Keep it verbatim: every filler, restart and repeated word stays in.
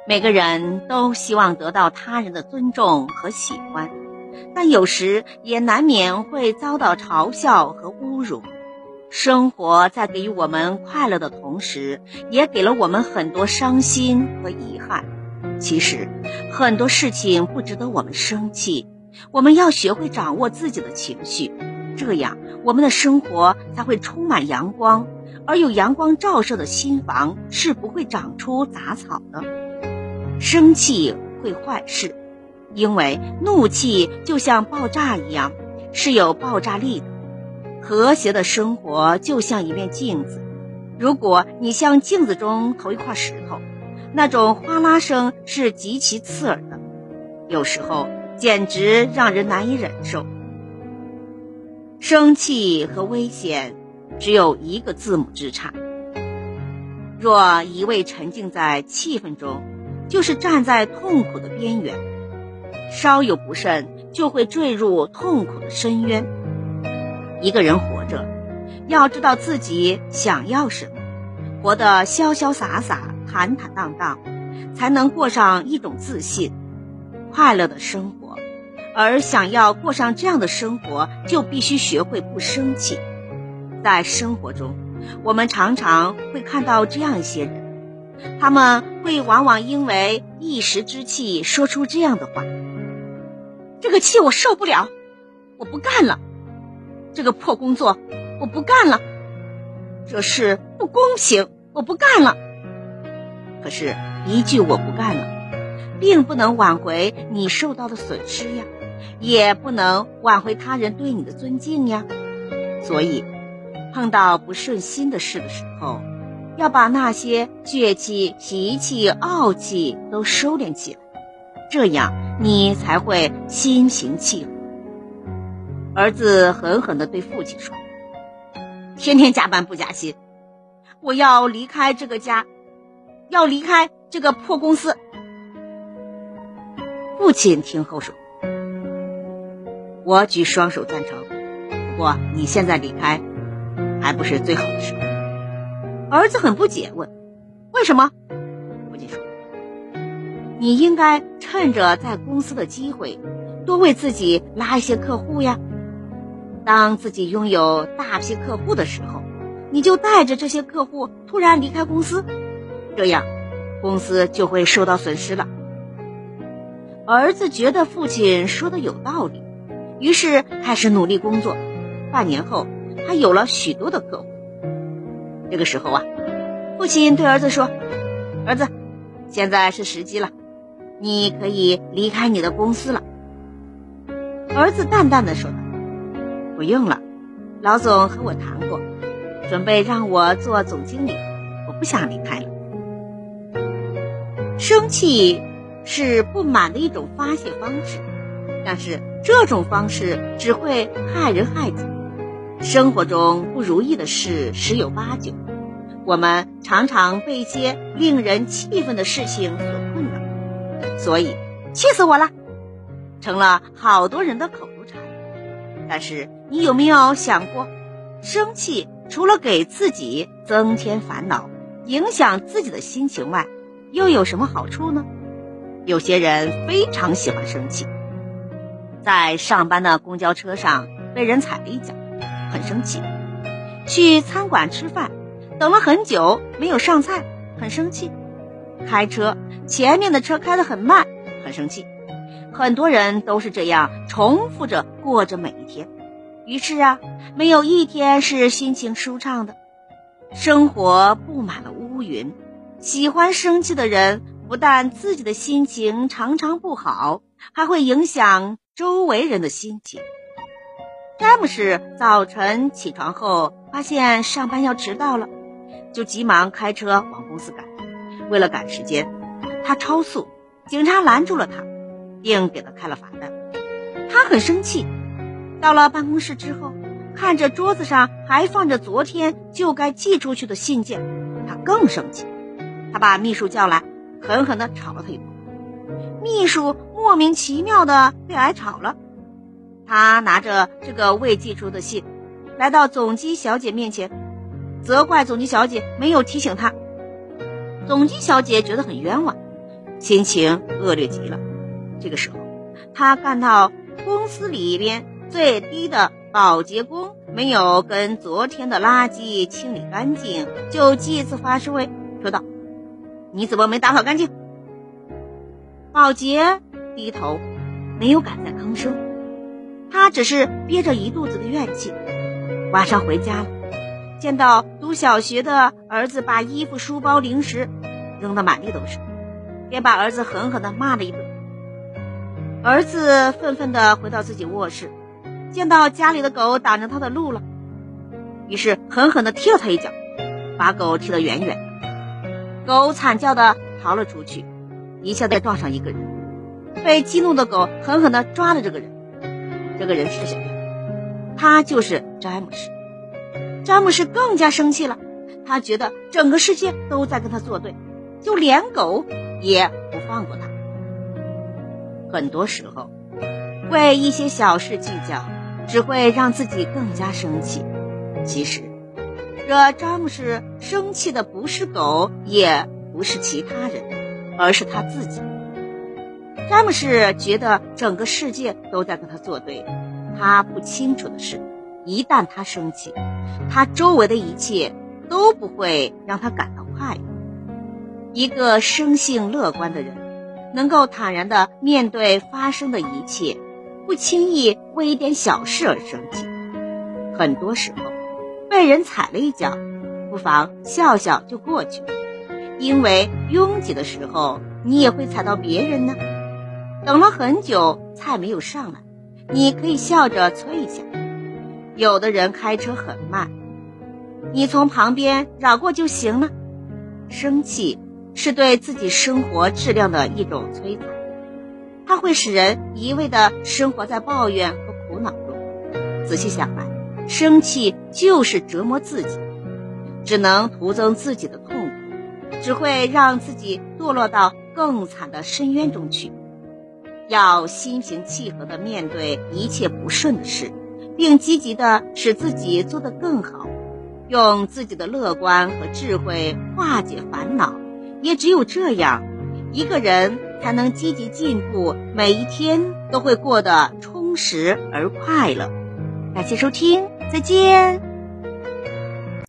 每个人都希望得到他人的尊重和喜欢，但有时也难免会遭到嘲笑和侮辱。生活在给予我们快乐的同时，也给了我们很多伤心和遗憾。其实很多事情不值得我们生气，我们要学会掌握自己的情绪，这样我们的生活才会充满阳光，而有阳光照射的心房是不会长出杂草的。生气会坏事，因为怒气就像爆炸一样，是有爆炸力的。和谐的生活就像一面镜子，如果你向镜子中投一块石头，那种哗啦声是极其刺耳的，有时候简直让人难以忍受。生气和危险只有一个字母之差。若一味沉浸在气氛中，就是站在痛苦的边缘，稍有不慎就会坠入痛苦的深渊。一个人活着，要知道自己想要什么，活得潇潇洒洒、坦坦荡荡，才能过上一种自信、快乐的生活。而想要过上这样的生活，就必须学会不生气。在生活中，我们常常会看到这样一些人，他们会往往因为一时之气说出这样的话：这个气我受不了，我不干了，这个破工作我不干了，这事不公平，我不干了。可是一句我不干了，并不能挽回你受到的损失呀，也不能挽回他人对你的尊敬呀。所以碰到不顺心的事的时候，要把那些倔气、脾气、傲气都收敛起来，这样你才会心平气和。儿子狠狠地对父亲说：天天加班不加薪，我要离开这个家，要离开这个破公司。父亲听后说：我举双手赞成，不过你现在离开还不是最好的时候。儿子很不解问：为什么？父亲说：你应该趁着在公司的机会，多为自己拉一些客户呀。当自己拥有大批客户的时候，你就带着这些客户突然离开公司，这样公司就会受到损失了。儿子觉得父亲说的有道理，于是开始努力工作。半年后，他有了许多的客户。这个时候啊，父亲对儿子说：儿子，现在是时机了，你可以离开你的公司了。儿子淡淡的说道：不用了，老总和我谈过，准备让我做总经理，我不想离开了。生气是不满的一种发泄方式，但是这种方式只会害人害己。生活中不如意的事十有八九，我们常常被一些令人气愤的事情所困扰，所以气死我了成了好多人的口头禅。但是你有没有想过，生气除了给自己增添烦恼，影响自己的心情外，又有什么好处呢？有些人非常喜欢生气，在上班的公交车上被人踩了一脚，很生气；去餐馆吃饭，等了很久没有上菜，很生气；开车，前面的车开得很慢，很生气。很多人都是这样重复着过着每一天，于是啊，没有一天是心情舒畅的。生活布满了乌云，喜欢生气的人不但自己的心情常常不好，还会影响周围人的心情。詹姆士早晨起床后发现上班要迟到了，就急忙开车往公司赶。为了赶时间，他超速，警察拦住了他，并给他开了罚单。他很生气，到了办公室之后，看着桌子上还放着昨天就该寄出去的信件，他更生气。他把秘书叫来，狠狠地吵了他一顿。秘书莫名其妙地被挨吵了。他拿着这个未寄出的信，来到总机小姐面前，责怪总机小姐没有提醒他。总机小姐觉得很冤枉， 心情恶劣极了。这个时候，他看到公司里边最低的保洁工没有跟昨天的垃圾清理干净，就祭次发誓威，说道：你怎么没打扫干净？保洁低头没有敢再吭声，他只是憋着一肚子的怨气。晚上回家了，见到读小学的儿子把衣服、书包、零食扔得满地都是，便把儿子狠狠地骂了一顿。儿子愤愤地回到自己卧室，见到家里的狗挡着他的路了，于是狠狠地踢了他一脚，把狗踢得远远的。狗惨叫地逃了出去，一下再撞上一个人，被激怒的狗狠狠地抓了这个人。这个人是谁？他就是詹姆士。詹姆士更加生气了，他觉得整个世界都在跟他作对，就连狗也不放过他。很多时候，为一些小事计较，只会让自己更加生气。其实，惹詹姆士生气的不是狗，也不是其他人，而是他自己。詹姆士觉得整个世界都在跟他作对，他不清楚的是，一旦他生气，他周围的一切都不会让他感到快乐。一个生性乐观的人，能够坦然地面对发生的一切，不轻易为一点小事而生气。很多时候，被人踩了一脚，不妨笑笑就过去了，因为拥挤的时候，你也会踩到别人呢。等了很久，菜没有上来，你可以笑着催一下。有的人开车很慢，你从旁边绕过就行了。生气是对自己生活质量的一种摧残，它会使人一味地生活在抱怨和苦恼中。仔细想来，生气就是折磨自己，只能徒增自己的痛苦，只会让自己堕落到更惨的深渊中去。要心平气和地面对一切不顺的事，并积极地使自己做得更好，用自己的乐观和智慧化解烦恼。也只有这样，一个人才能积极进步，每一天都会过得充实而快乐。感谢收听，再见。